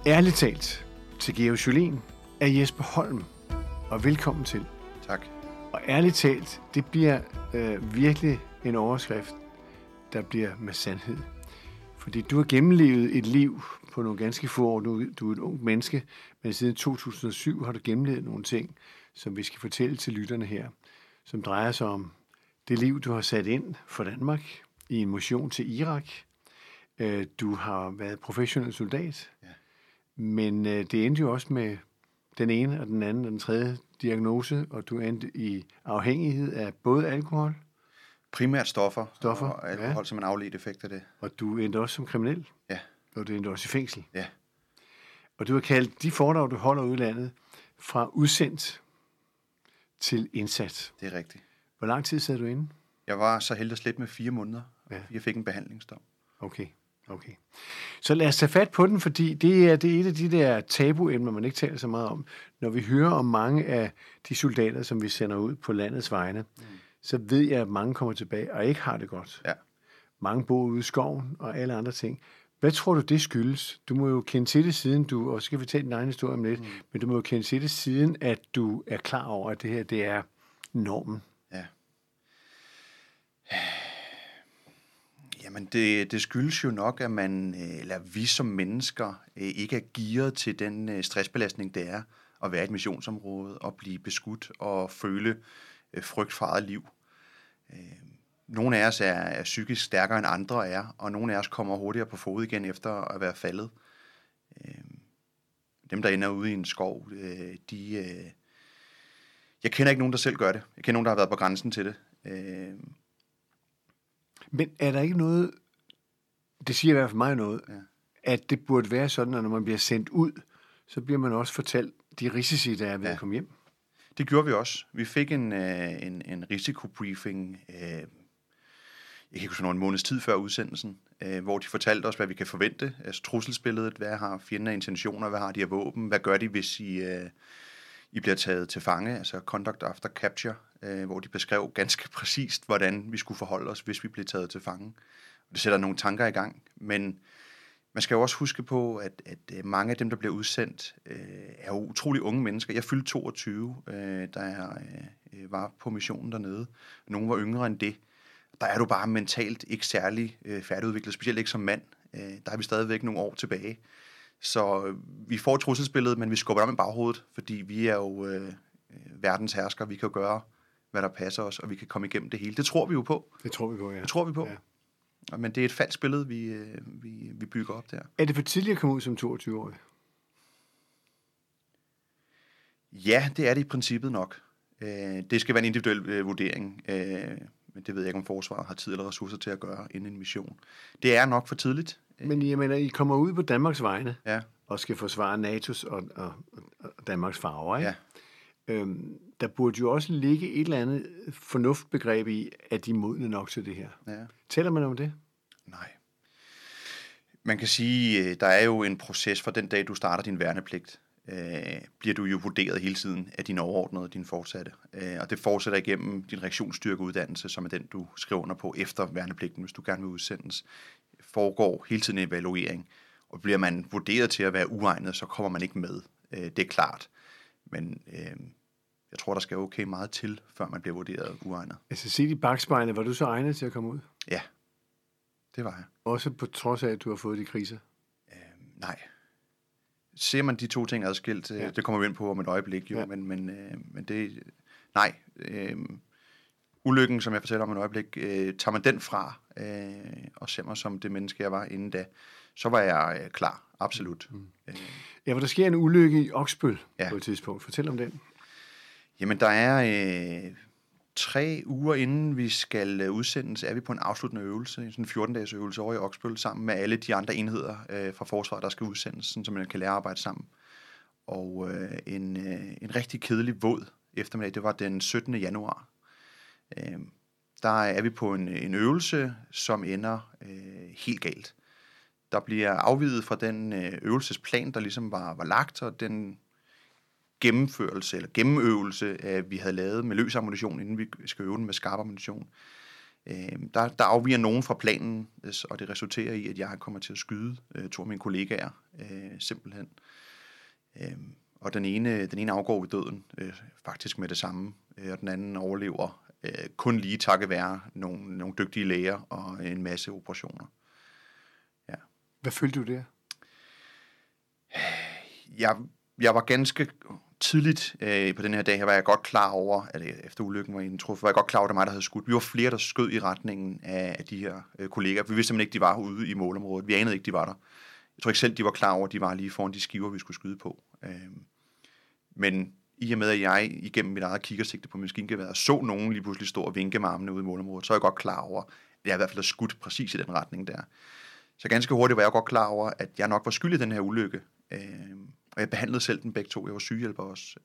Ærligt talt til Georg Jolin er Jesper Holm, og velkommen til. Tak. Og ærligt talt, det bliver virkelig en overskrift, der bliver med sandhed. Fordi du har gennemlevet et liv på nogle ganske få år. Du er et ung menneske, men siden 2007 har du gennemlevet nogle ting, som vi skal fortælle til lytterne her, som drejer sig om det liv, du har sat ind for Danmark i en mission til Irak. Du har været professionel soldat, ja. Men det endte jo også med den ene og den anden og den tredje diagnose, og du endte i afhængighed af både alkohol. Primært stoffer og alkohol, ja. Som en afledt effekt af det. Og du endte også som kriminel. Ja. Og du endte også i fængsel. Ja. Og du har kaldt de foredrag, du holder ude i landet, fra udsendt til indsat. Det er rigtigt. Hvor lang tid sad du inde? Jeg var så heldig at slippe med 4 måneder. Ja. Jeg fik en behandlingsdom. Okay. Så lad os tage fat på den, fordi det er et af de der tabuemner, man ikke taler så meget om. Når vi hører om mange af de soldater, som vi sender ud på landets vegne, så ved jeg, at mange kommer tilbage og ikke har det godt. Ja. Mange bor ude i skoven og alle andre ting. Hvad tror du, det skyldes? Du må jo kende til det siden, og så skal vi tage din egen historie om lidt, men du må jo kende til det siden, at du er klar over, at det her, det er normen. Ja. Jamen, det skyldes jo nok, at vi som mennesker ikke er gearet til den stressbelastning, det er at være i et missionsområde og blive beskudt og føle frygt for eget liv. Nogle af os er psykisk stærkere end andre er, og nogle af os kommer hurtigere på fod igen efter at være faldet. Dem, der ender ude i en skov, jeg kender ikke nogen, der selv gør det. Jeg kender nogen, der har været på grænsen til det. Men er der ikke noget, det siger i hvert fald mig noget, at det burde være sådan, at når man bliver sendt ud, så bliver man også fortalt de risici, der er ved at komme hjem? Det gjorde vi også. Vi fik en risikobriefing, jeg kan ikke huske, en måneds tid før udsendelsen, hvor de fortalte os, hvad vi kan forvente. Altså trusselsbilledet, hvad har fjenden af intentioner, hvad har de af våben, hvad gør de, hvis I bliver taget til fange, altså conduct after capture, hvor de beskrev ganske præcist, hvordan vi skulle forholde os, hvis vi blev taget til fange. Og det sætter nogle tanker i gang, men man skal jo også huske på, at mange af dem, der bliver udsendt, er jo utrolig unge mennesker. Jeg fyldte 22, da jeg var på missionen dernede. Nogle var yngre end det. Der er du bare mentalt ikke særlig færdigudviklet, specielt ikke som mand. Der er vi stadigvæk nogle år tilbage. Så vi får trusselsbilledet, men vi skubber dem i baghovedet, fordi vi er jo verdens hersker. Vi kan jo gøre, hvad der passer os, og vi kan komme igennem det hele. Det tror vi jo på. Det tror vi på, ja. Det tror vi på. Ja. Men det er et falsk billede, vi bygger op der. Er det for tidligt at komme ud som 22-årig? Ja, det er det i princippet nok. Det skal være en individuel vurdering, men det ved jeg ikke, om forsvaret har tid eller ressourcer til at gøre inden en mission. Det er nok for tidligt. Men jeg mener, I kommer ud på Danmarks vegne, ja. Og skal forsvare NATO's og Danmarks farver, ikke? Ja. Der burde jo også ligge et eller andet fornuftbegreb i, at de er modne nok til det her. Ja. Taler man om det? Nej. Man kan sige, der er jo en proces fra den dag, du starter din værnepligt. Bliver du jo vurderet hele tiden af dine overordnede og dine fortsatte. Og det fortsætter igennem din reaktionsstyrkeuddannelse, som er den, du skriver under på efter værnepligten, hvis du gerne vil udsendes. Foregår hele tiden en evaluering. Og bliver man vurderet til at være uegnet, så kommer man ikke med. Det er klart. Men jeg tror, der skal okay meget til, før man bliver vurderet uegnet. Altså set i bakspejlet, var du så egnet til at komme ud? Ja, det var jeg. Også på trods af, at du har fået de kriser? Nej. Ser man de to ting adskilt, det kommer vi ind på om et øjeblik, jo, men det... Nej. Ulykken, som jeg fortæller om et øjeblik, tager man den fra, og ser mig som det menneske, jeg var inden da, så var jeg klar, absolut. Ja, hvor der sker en ulykke i Oksbøl på et tidspunkt. Fortæl om den. Jamen, der er 3 uger inden vi skal udsendes, er vi på en afsluttende øvelse, sådan en 14-dages øvelse over i Oksbøl, sammen med alle de andre enheder fra forsvaret, der skal udsendes, sådan, så man kan lære at arbejde sammen. Og en rigtig kedelig våd eftermiddag, det var den 17. januar. Der er vi på en øvelse, som ender helt galt. Der bliver afviget fra den øvelsesplan, der ligesom var lagt, og den gennemøvelse, vi havde lavet med løs ammunition, inden vi skal øve den med skarp ammunition, Der afviger nogen fra planen, og det resulterer i, at jeg kommer til at skyde 2 af mine kollegaer, simpelthen. Og den ene afgår ved døden, faktisk med det samme, og den anden overlever kun lige takket være nogle dygtige læger og en masse operationer. Ja. Hvad følte du der? Jeg var ganske tidligt på den her dag, her var jeg godt klar over, at efter ulykken var indtruffet, var jeg godt klar over, at det var mig, der havde skudt. Vi var flere, der skød i retningen af de her kollegaer. Vi vidste simpelthen ikke, de var ude i målområdet. Vi anede ikke, de var der. Jeg tror ikke selv, de var klar over, at de var lige foran de skiver, vi skulle skyde på. Men i og med, at jeg igennem mit eget kikkersigte på maskingeværet så nogen lige pludselig stå og vinke med armene ude i målområdet, så er jeg godt klar over, at jeg i hvert fald havde skudt præcis i den retning der. Så ganske hurtigt var jeg godt klar over, at jeg nok var skyld i den her ulykke. Og jeg behandlede selv den begge to. Jeg var sygehjælper også.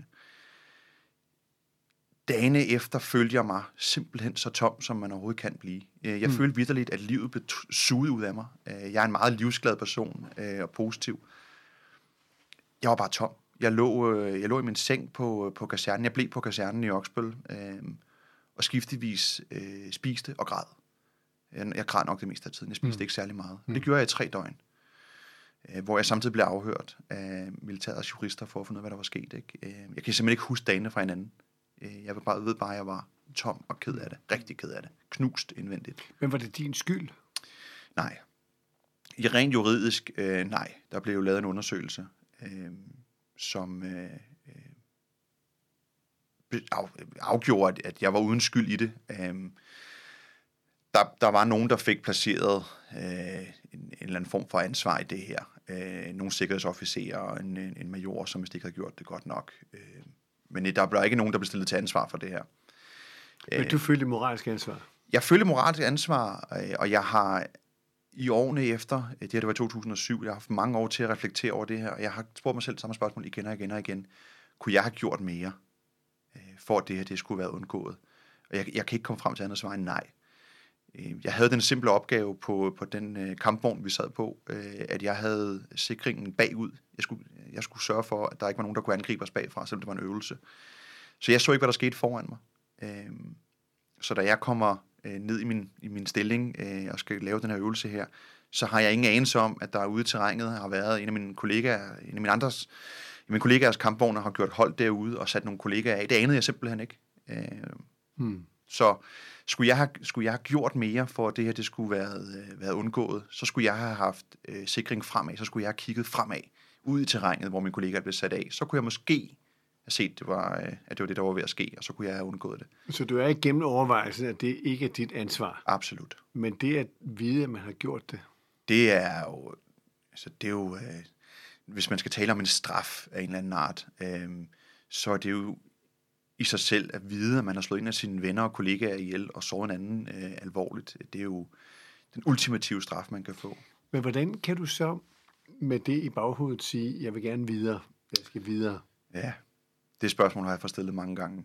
Dagene efter følte jeg mig simpelthen så tom, som man overhovedet kan blive. Jeg følte vitterligt, at livet blev suget ud af mig. Jeg er en meget livsglad person og positiv. Jeg var bare tom. Jeg lå i min seng på kasernen. Jeg blev på kasernen i Oksbøl og skiftevis spiste og græd. Jeg græd nok det meste af tiden. Jeg spiste ikke særlig meget. Det gjorde jeg i 3 døgn. Hvor jeg samtidig blev afhørt af militærets jurister for at finde ud af, hvad der var sket. Ikke? Jeg kan simpelthen ikke huske dagene fra hinanden. Jeg ved bare, at jeg var tom og ked af det. Rigtig ked af det. Knust indvendigt. Men var det din skyld? Nej. I rent juridisk, nej. Der blev jo lavet en undersøgelse, som afgjorde, at jeg var uden skyld i det. Der var nogen, der fik placeret en eller anden form for ansvar i det her. Nogle sikkerhedsofficerer og en major, som vist ikke havde gjort det godt nok. Men der blev ikke nogen, der blev stillet til ansvar for det her. Men du følte moralsk ansvar? Jeg følte moralsk ansvar, og jeg har i årene efter, det var i 2007, jeg har haft mange år til at reflektere over det her, og jeg har spurgt mig selv samme spørgsmål igen og igen og igen. Kunne jeg have gjort mere, for at det her det skulle være undgået? Og jeg kan ikke komme frem til andet svar end nej. Jeg havde den simple opgave på den kampvogn, vi sad på, at jeg havde sikringen bagud. Jeg skulle sørge for, at der ikke var nogen, der kunne angribe os bagfra, selvom det var en øvelse. Så jeg så ikke, hvad der skete foran mig. Så da jeg kommer ned i min stilling og skal lave den her øvelse her, så har jeg ingen anelse om, at der ude i terrænet har været en af mine kollegaers kampvogne har gjort hold derude og sat nogle kollegaer af. Det anede jeg simpelthen ikke. Så skulle jeg have gjort mere for, at det her det skulle være undgået, så skulle jeg have haft sikring fremad, så skulle jeg have kigget fremad, ud i terrænet, hvor min kollega blev sat af. Så kunne jeg måske have set, at det var det, der var ved at ske, og så kunne jeg have undgået det. Så du er igennem overvejelsen, at det ikke er dit ansvar? Absolut. Men det at vide, at man har gjort det? Det er jo, hvis man skal tale om en straf af en eller anden art, så er det jo i sig selv at vide, at man har slået en af sine venner og kollegaer ihjel og såret en anden alvorligt. Det er jo den ultimative straf, man kan få. Men hvordan kan du så med det i baghovedet sige, jeg vil gerne videre, jeg skal videre? Ja, det spørgsmål har jeg fået stillet mange gange.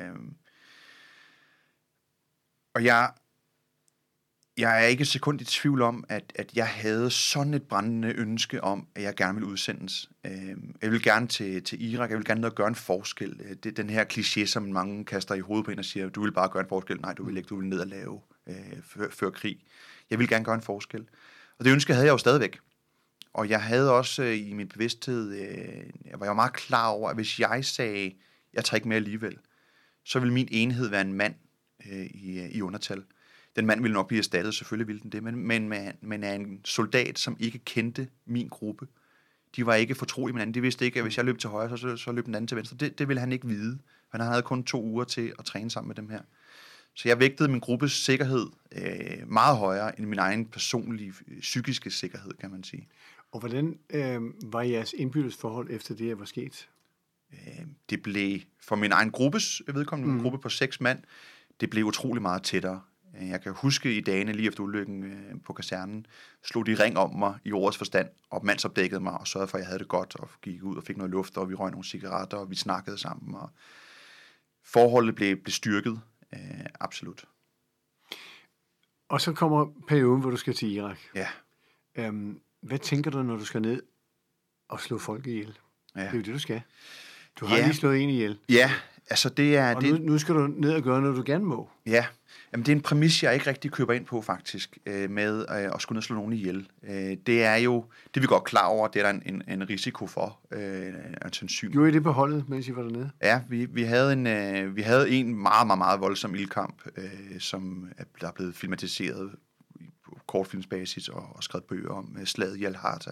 Og jeg er ikke et sekund i tvivl om, at jeg havde sådan et brændende ønske om, at jeg gerne ville udsendes. Jeg vil gerne til Irak, jeg vil gerne ned og gøre en forskel. Det er den her kliché, som mange kaster i hovedet på en og siger, du vil bare gøre en forskel. Nej, du vil ikke, du vil ned og lave før krig. Jeg vil gerne gøre en forskel. Og det ønske havde jeg jo stadigvæk. Og jeg havde også i min bevidsthed, jeg var jo meget klar over, at hvis jeg sagde, jeg tager ikke med alligevel, så ville min enhed være en mand i undertal. Den mand ville nok blive erstattet, selvfølgelig ville den det, men er en soldat, som ikke kendte min gruppe. De var ikke fortrolige med hinanden. De vidste ikke, at hvis jeg løb til højre, så løb den anden til venstre. Det ville han ikke vide. Han havde kun 2 uger til at træne sammen med dem her. Så jeg vægtede min gruppes sikkerhed meget højere end min egen personlige psykiske sikkerhed, kan man sige. Og hvordan var jeres indbyrdes forhold efter det, der var sket? Det blev for min egen gruppes vedkommende, en gruppe på 6 mand, det blev utrolig meget tættere. Jeg kan huske i dagene lige efter ulykken på kasernen, slog de ring om mig i ordets forstand, og mandsopdækkede mig og sørgede for, at jeg havde det godt, og gik ud og fik noget luft, og vi røg nogle cigaretter, og vi snakkede sammen, og forholdet blev styrket, absolut. Og så kommer perioden, hvor du skal til Irak. Ja. Hvad tænker du, når du skal ned og slå folk ihjel? Ja. Det er jo det, du skal. Du har lige slået en ihjel. Ja, Altså, det er... Og nu skal du ned og gøre noget, du gerne må. Ja, jamen, det er en præmis, jeg ikke rigtig køber ind på, faktisk, med at skulle ned og slå nogen ihjel. Det er jo, det vi godt klar over, det er der en risiko for, en sandsynlighed. Gjorde I det på holdet, mens I var dernede? Ja, vi havde en meget, meget, meget voldsom ildkamp, som der er blevet filmatiseret på kortfilmsbasis og skrevet bøger om slaget i Al-Harta.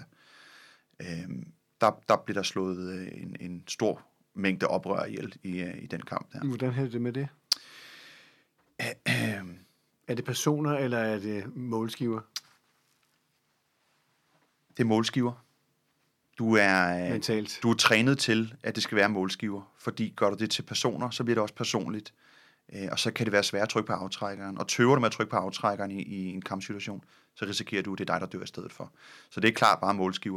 Der blev der slået en stor mængde oprør ihjel i den kamp der. Hvordan havde det med det? Er det personer, eller er det målskiver? Det er målskiver. Du er Mentalt. Du er trænet til, at det skal være målskiver, fordi gør du det til personer, så bliver det også personligt. Og så kan det være svært at trykke på aftrækkeren. Og tøver du med at trykke på aftrækkeren i en kampsituation, så risikerer du, at det er dig, der dør i stedet for. Så det er klart bare målskiver.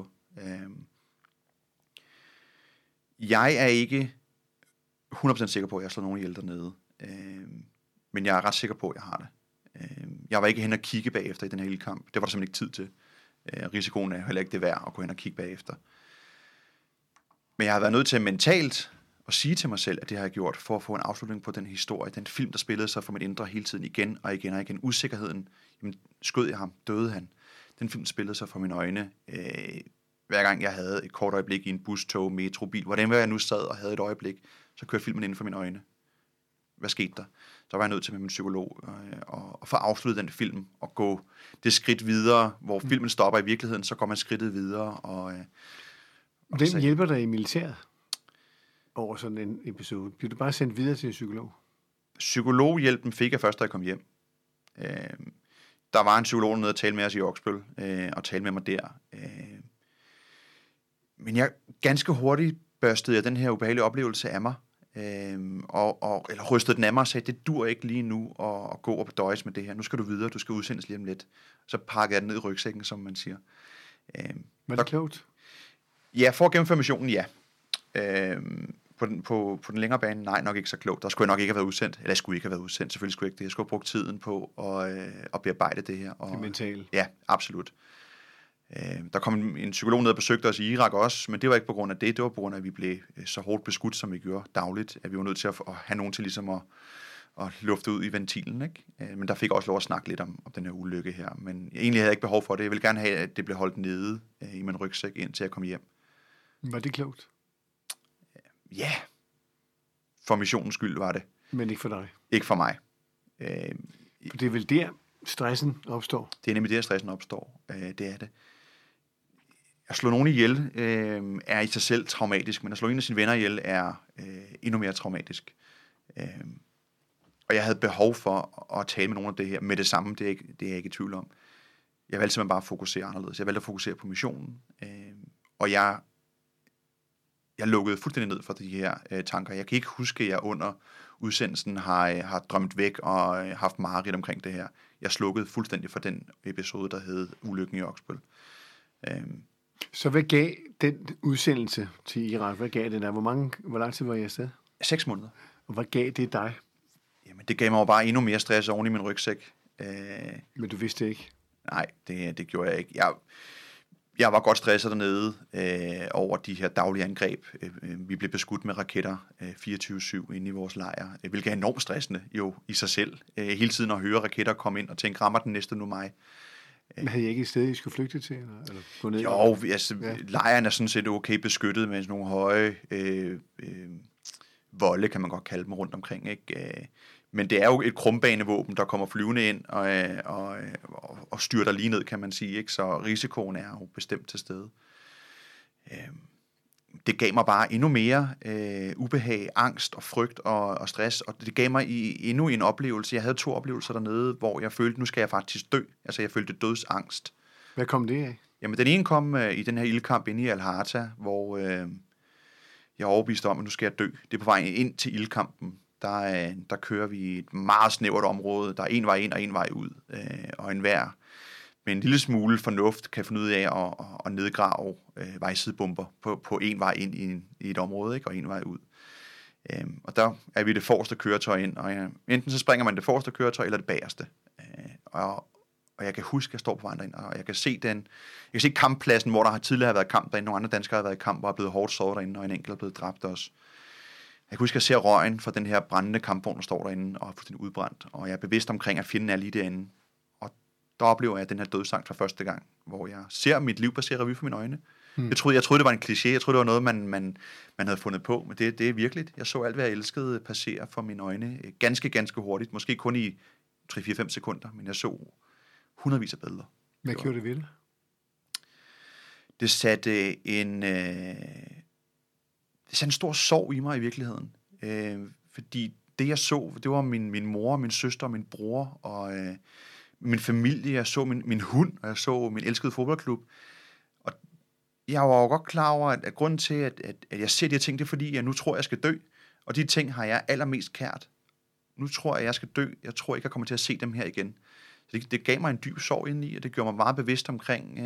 Jeg er ikke 100% sikker på, at jeg slår nogen ihjel dernede. Men jeg er ret sikker på, at jeg har det. Jeg var ikke hen og kigge bagefter i den her lille kamp. Det var der simpelthen ikke tid til. Risikoen er heller ikke det værd at gå hen og kigge bagefter. Men jeg har været nødt til mentalt at sige til mig selv, at det har jeg gjort, for at få en afslutning på den historie, den film, der spillede sig for mit indre hele tiden igen og igen og igen. Usikkerheden, jamen, skød jeg ham, døde han. Den film spillede sig for mine øjne, hver gang jeg havde et kort øjeblik i en bus, tog, metro, bil, hvordan jeg nu sad og havde et øjeblik, så kørte filmen inden for mine øjne. Hvad skete der? Så var jeg nødt til med min psykolog at få afsluttet den film og gå det skridt videre, hvor filmen stopper i virkeligheden, så går man skridtet videre. Hvem hjælper dig i militæret over sådan en episode? Bliver du bare sendt videre til en psykolog? Psykologhjælpen fik jeg først, da jeg kom hjem. Der var en psykolog nede og tale med os i Oksbøl, og tale med mig der. Men jeg ganske hurtigt børstede jeg den her ubehagelige oplevelse af mig, eller rystede den af mig og sagde, det dur ikke lige nu at gå og døjes med det her. Nu skal du videre, du skal udsendes lige om lidt. Så pakkede jeg den ned i rygsækken, som man siger. Var det klogt? Ja, for at gennemføre missionen, ja. På den længere bane, nej, nok ikke så klogt. Der skulle jeg nok ikke have været udsendt. Eller jeg skulle ikke have været udsendt, selvfølgelig skulle jeg ikke det. Jeg skulle have brugt tiden på at bearbejde det her. Det mentale. Ja, absolut. Der kom en psykolog ned og besøgte os i Irak også, men det var ikke på grund af det. Det var på grund af, at vi blev så hårdt beskudt, som vi gjorde dagligt, at vi var nødt til at have nogen til ligesom at lufte ud i ventilen, ikke? Men der fik jeg også lov at snakke lidt om den her ulykke her. Men egentlig havde jeg ikke behov for det. Jeg ville gerne have, at det blev holdt nede i min rygsæk, indtil jeg kom hjem. Var det klogt? Ja. For missionens skyld var det. Men ikke for dig? Ikke for mig. For det er vel der, stressen opstår? Det er nemlig der, stressen opstår. Det er det. At slå nogen ihjel er i sig selv traumatisk, men at slå en af sine venner ihjel er endnu mere traumatisk. Og jeg havde behov for at tale med nogen af det her med det samme, det er jeg ikke i tvivl om. Jeg valgte simpelthen bare at fokusere anderledes. Jeg valgte at fokusere på missionen, og jeg lukkede fuldstændig ned for de her tanker. Jeg kan ikke huske, at jeg under udsendelsen har drømt væk og haft mareridt omkring det her. Jeg slukkede fuldstændig for den episode, der hed Ulykken i Oksbøl. Så hvad gav den udsendelse til Irak? Hvad gav det der? Hvor lang tid var jeg afsted? 6 måneder. Og hvad gav det dig? Jamen, det gav mig jo bare endnu mere stress oven i min rygsæk. Men du vidste ikke? Nej, det gjorde jeg ikke. Jeg var godt stresset dernede over de her daglige angreb. Vi blev beskudt med raketter 24/7 inde i vores lejr, hvilket er enormt stressende jo i sig selv. Hele tiden at høre raketter komme ind og tænke, rammer den næste nu mig? Men havde I ikke et sted, I skulle flygte til? Eller gå ned? Jo, lejren er sådan set okay beskyttet med sådan nogle høje volde, kan man godt kalde dem rundt omkring, ikke? Men det er jo et krumbanevåben, der kommer flyvende ind og styrter lige ned, kan man sige, ikke? Så risikoen er jo bestemt til stede. Det gav mig bare endnu mere ubehag, angst og frygt og stress, og det gav mig endnu en oplevelse. Jeg havde 2 oplevelser dernede, hvor jeg følte, nu skal jeg faktisk dø. Altså, jeg følte dødsangst. Hvad kom det af? Jamen, den ene kom i den her ildkamp inde i Al-Harta, hvor jeg overbeviste om, at nu skal jeg dø. Det er på vej ind til ildkampen. Der kører vi et meget snævert område. Der er en vej ind og en vej ud. Og enhver med en lille smule fornuft kan finde ud af at nedgrave vejsidebomber på en vej ind i et område, ikke? Og en vej ud. Og der er vi det forreste køretøj ind. Og enten så springer man det forreste køretøj eller det bagerste. Og jeg kan huske, at jeg står på vejen derind, og jeg kan se kamppladsen, hvor der tidligere har været kamp derinde. Nogle andre danskere har været i kamp og er blevet hårdt såret derinde, og en enkelt er blevet dræbt også. Jeg kan huske, at jeg ser røgen fra den her brændende kampvogn, der står derinde og er fuldstændig udbrændt. Og jeg er bevidst omkring, at fjenden er lige derinde. Og der oplever jeg den her dødsangst for første gang, hvor jeg ser mit liv passere revy for mine øjne. Jeg troede, det var en kliché. Jeg troede, det var noget, man havde fundet på. Men det er virkeligt. Jeg så alt, hvad jeg elskede, passere for mine øjne ganske hurtigt. Måske kun i 3-4-5 sekunder, men jeg så hundredvis af billeder. Hvad gjorde det ved det? Det satte en stor sorg i mig i virkeligheden. Fordi det, jeg så, det var min mor, min søster, min bror og min familie. Jeg så min hund, og jeg så min elskede fodboldklub. Og jeg var jo godt klar over, at grunden til, at jeg ser de her ting, det er fordi, jeg nu tror, jeg skal dø. Og de ting har jeg allermest kært. Nu tror jeg skal dø. Jeg tror ikke, jeg kommer til at se dem her igen. Så det gav mig en dyb sorg indeni, og det gjorde mig meget bevidst omkring,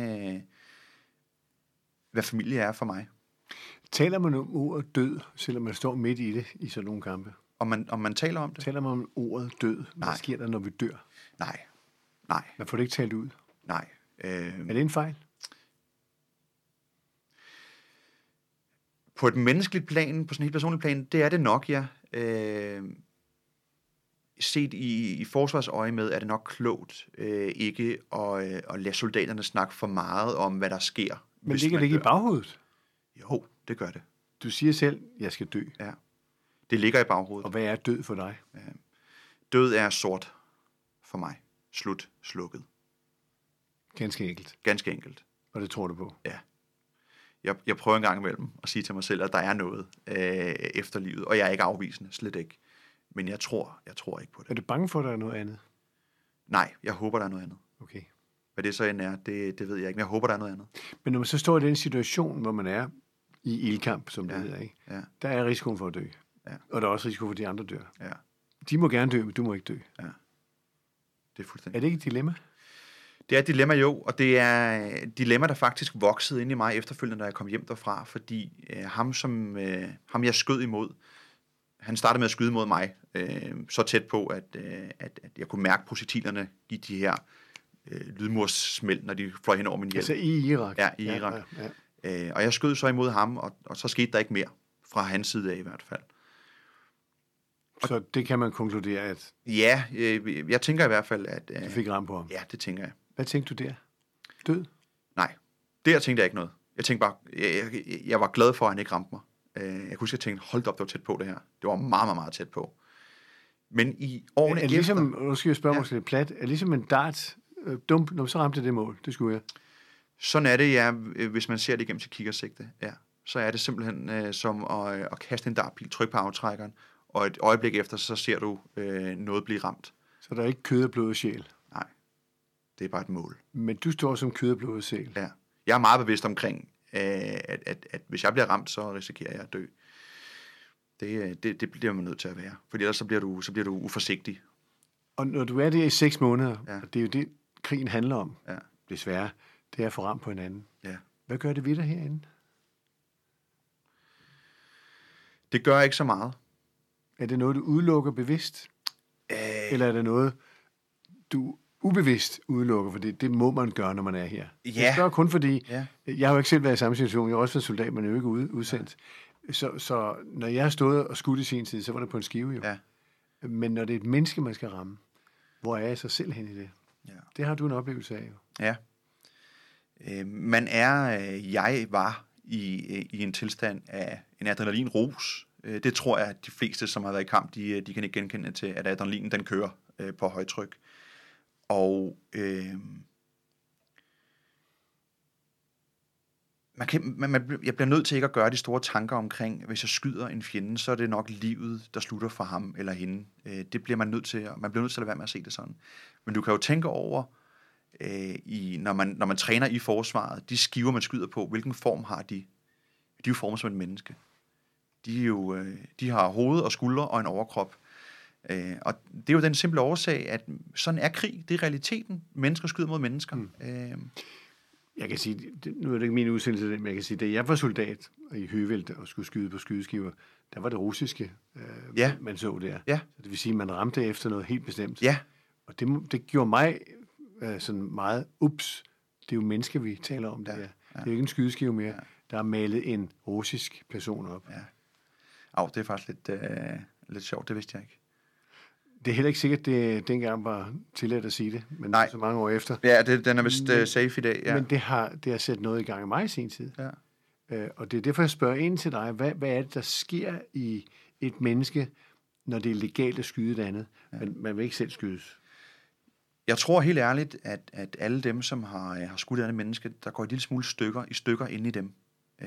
hvad familie er for mig. Taler man om ordet død, selvom man står midt i det, i sådan nogle kampe? Om man taler om det? Taler man om ordet død? Hvad sker der, når vi dør? Nej. Man får det ikke talt ud? Nej. Er det en fejl? På et menneskeligt plan, på sådan et helt personligt plan, det er det nok, ja. Set i forsvarsøje med, er det nok klogt ikke at lade soldaterne snakke for meget om, hvad der sker. Men ligger det ikke i baghovedet? Jo, det gør det. Du siger selv, jeg skal dø. Ja, det ligger i baghovedet. Og hvad er død for dig? Død er sort for mig. Slut, slukket. Ganske enkelt. Ganske enkelt. Og det tror du på? Ja. Jeg prøver en gang imellem at sige til mig selv, at der er noget efter livet, og jeg er ikke afvisende, slet ikke. Men jeg tror ikke på det. Er du bange for, at der er noget andet? Nej, jeg håber, der er noget andet. Okay. Hvad det så end er, det ved jeg ikke, men jeg håber, der er noget andet. Men når man så står i den situation, hvor man er i ildkamp, som det hedder, ikke? Ja. Der er risikoen for at dø. Ja. Og der er også risiko for, at de andre dør. Ja. De må gerne dø, men du må ikke dø. Ja. Det er fuldstændig. Er det ikke et dilemma? Det er et dilemma, jo, og det er et dilemma, der faktisk voksede ind i mig efterfølgende, da jeg kom hjem derfra, fordi ham jeg skød imod, han startede med at skyde mod mig, så tæt på, at jeg kunne mærke projektilerne i de her lydmurssmæld, når de fløj hen over min hjelm. Altså i Irak? Ja, i Irak. Ja. Og jeg skød så imod ham, og så skete der ikke mere, fra hans side af i hvert fald. Så det kan man konkludere, at... Ja, jeg tænker i hvert fald, at... Du fik ramt på ham? Ja, det tænker jeg. Hvad tænkte du der? Død? Nej, der tænkte jeg ikke noget. Jeg tænkte bare, jeg var glad for, at han ikke ramte mig. Jeg kunne huske, at jeg tænkte, hold op, det var tæt på det her. Det var meget, meget, meget tæt på. Men i årene efter... Ligesom, nu skal jeg spørge mig lidt plat, er ligesom en dart dump, når så ramte det mål? Det skulle jeg. Sådan er det, ja, hvis man ser det igennem sit kikkersigte. Ja. Så er det simpelthen som at kaste en dartpil, trykke på aftrækkeren, og et øjeblik efter, så ser du noget blive ramt. Så der er ikke kød og blod og sjæl? Nej, det er bare et mål. Men du står som kød og blod og sjæl? Ja. Jeg er meget bevidst omkring, at hvis jeg bliver ramt, så risikerer jeg at dø. Det bliver man nødt til at være, for ellers så bliver du uforsigtig. Og når du er der i 6 måneder, ja. Og det er jo det, krigen handler om, ja. Desværre, det er at få ramt på hinanden. Ja. Hvad gør det ved dig herinde? Det gør ikke så meget. Er det noget, du udelukker bevidst? Eller er det noget, du ubevidst udelukker? For det må man gøre, når man er her. Ja. Jeg spørger kun fordi, ja. Jeg har jo ikke selv været i samme situation. Jeg har også været soldat, men jeg er jo ikke udsendt. Ja. Så når jeg har stået og skudt i sin tid, så var det på en skive jo. Ja. Men når det er et menneske, man skal ramme, hvor er jeg så selv hen i det? Ja. Det har du en oplevelse af jo. Ja. Jeg var i en tilstand af en adrenalinrus. Det tror jeg, at de fleste, som har været i kamp, de kan ikke genkende til, at adrenalinen den kører på højtryk. Og jeg bliver nødt til ikke at gøre de store tanker omkring, hvis jeg skyder en fjende, så er det nok livet, der slutter for ham eller hende. Det bliver man nødt til, og man bliver nødt til at lade være med at se det sådan. Men du kan jo tænke over, når man træner i forsvaret, de skiver, man skyder på, hvilken form har de? De er jo formet som et menneske. De har hoved og skuldre og en overkrop. Og det er jo den simple årsag, at sådan er krig. Det er realiteten. Mennesker skyder mod mennesker. Jeg kan sige, nu er det ikke min udsendelse, men jeg kan sige, da jeg var soldat i Høvelte og skulle skyde på skydeskiver, der var det russiske, man så der. Ja. Så det vil sige, at man ramte efter noget helt bestemt. Ja. Og det gjorde mig sådan meget, det er jo mennesker, vi taler om der. Ja. Det er jo ikke en skydeskive mere. Ja. Der er malet en russisk person op. Ja. Det er faktisk lidt sjovt, det vidste jeg ikke. Det er heller ikke sikkert, det dengang var tilladt at sige det, men Nej. så mange år efter. Ja, den er vist safe i dag. Ja. Men det har sat noget i gang i mig i sin tid. Ja. Og det er derfor, jeg spørger ind til dig. Hvad er det, der sker i et menneske, når det er legalt at skyde et andet? Men man vil ikke selv skydes. Jeg tror helt ærligt, at alle dem, som har skudt et andet menneske, der går et lille smule stykker inde i dem.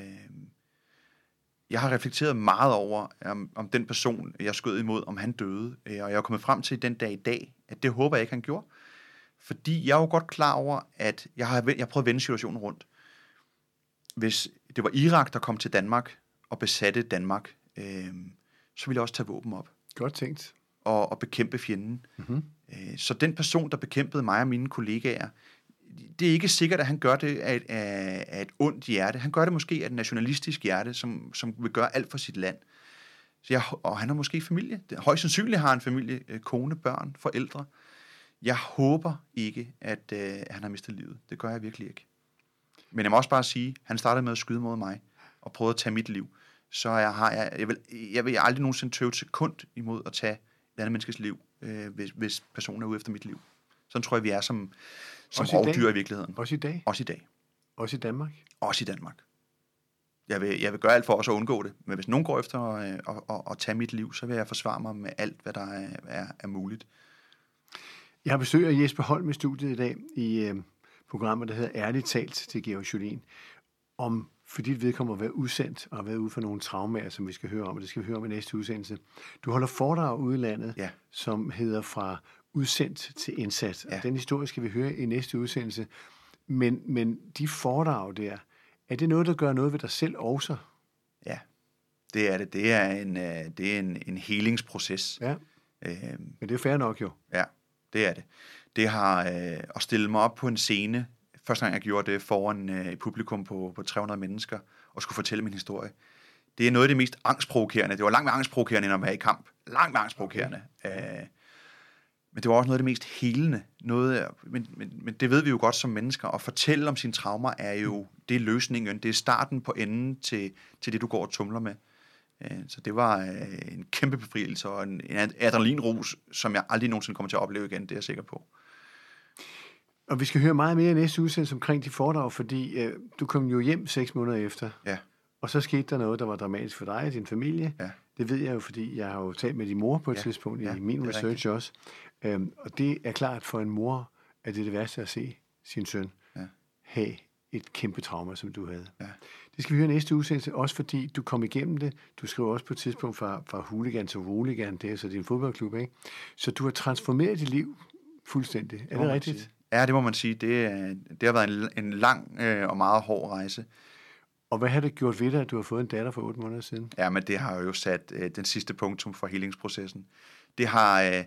Jeg har reflekteret meget over, om den person, jeg skød imod, om han døde. Og jeg er kommet frem til den dag i dag, at det håber jeg ikke, han gjorde. Fordi jeg er jo godt klar over, at jeg har prøvet at vende situationen rundt. Hvis det var Irak, der kom til Danmark og besatte Danmark, så ville jeg også tage våben op. Godt tænkt. Og bekæmpe fjenden. Mm-hmm. Så den person, der bekæmpede mig og mine kollegaer, det er ikke sikkert, at han gør det af et ondt hjerte. Han gør det måske af et nationalistisk hjerte, som vil gøre alt for sit land. Og han har måske familie. Højst sandsynligt har han familie, kone, børn, forældre. Jeg håber ikke, at han har mistet livet. Det gør jeg virkelig ikke. Men jeg må også bare sige, at han startede med at skyde mod mig og prøvede at tage mit liv. Så jeg vil aldrig nogensinde tøve et sekund imod at tage et andet menneskes liv, hvis personen er ude efter mit liv. Sådan tror jeg, vi er som rovdyr i virkeligheden. Også i dag? Også i dag. Også i Danmark? Også i Danmark. Jeg vil gøre alt for os at undgå det, men hvis nogen går efter at tage mit liv, så vil jeg forsvare mig med alt, hvad der er muligt. Jeg har besøg af Jesper Holm i studiet i dag i programmet, der hedder Ærligt talt til Georg Jolin, om for dit vedkommende at være udsendt og være ude for nogle traumer, som vi skal høre om, og det skal vi høre om i næste udsendelse. Du holder foredrag ude i landet, som hedder Fra udsendt til indsat. Og den historie skal vi høre i næste udsendelse. Men de foredrag der, er det noget, der gør noget ved dig selv også? Ja, det er det. Det er en helingsproces. Ja, men det er fair nok jo. Ja, det er det. Det har at stille mig op på en scene. Første gang jeg gjorde det foran et publikum på 300 mennesker og skulle fortælle min historie. Det er noget af det mest angstprovokerende. Det var langt mere angstprovokerende, end at være i kamp. Langt mere angstprovokerende. Okay. Men det var også noget af det mest helende. Men det ved vi jo godt som mennesker. At fortælle om sine traumer er jo, det er løsningen. Det er starten på enden til det, du går og tumler med. Så det var en kæmpe befrielse og en adrenalinrus, som jeg aldrig nogensinde kommer til at opleve igen. Det er jeg sikker på. Og vi skal høre meget mere i næste udsendelse omkring de foredrag, fordi du kom jo hjem 6 måneder efter. Ja. Og så skete der noget, der var dramatisk for dig og din familie. Ja. Det ved jeg jo, fordi jeg har jo talt med din mor på et tidspunkt i min research også. Og det er klart for en mor, at det er det værste at se sin søn have et kæmpe trauma, som du havde. Ja. Det skal vi høre næste udsendelse, også fordi du kom igennem det. Du skriver også på et tidspunkt fra hooligan til roligan, det er så din fodboldklub, ikke? Så du har transformeret dit liv fuldstændig. Er det rigtigt? Ja, det må man sige. Det har været en lang og meget hård rejse. Og hvad har det gjort ved dig, at du har fået en datter for 8 måneder siden? Ja, men det har jo sat den sidste punktum for helingsprocessen. Det har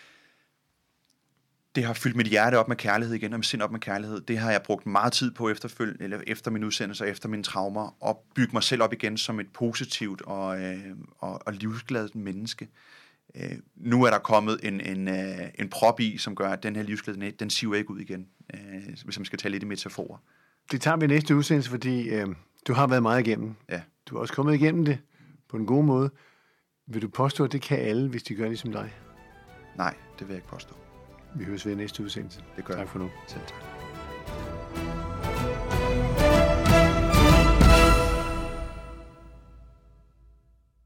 fyldt mit hjerte op med kærlighed igen, og mit sind op med kærlighed. Det har jeg brugt meget tid på efter min udsendelse og efter mine traumer, og bygge mig selv op igen som et positivt og livsgladt menneske. Nu er der kommet en prop i, som gør, at den her livsglæde, den siver ikke ud igen, hvis man skal tage lidt i metaforer. Det tager vi i næste udsendelse, fordi du har været meget igennem. Ja. Du har også kommet igennem det på en god måde. Vil du påstå, at det kan alle, hvis de gør ligesom dig? Nej, det vil jeg ikke påstå. Vi høres ved i næste udsendelse. Det gør tak for nu. Selv tak.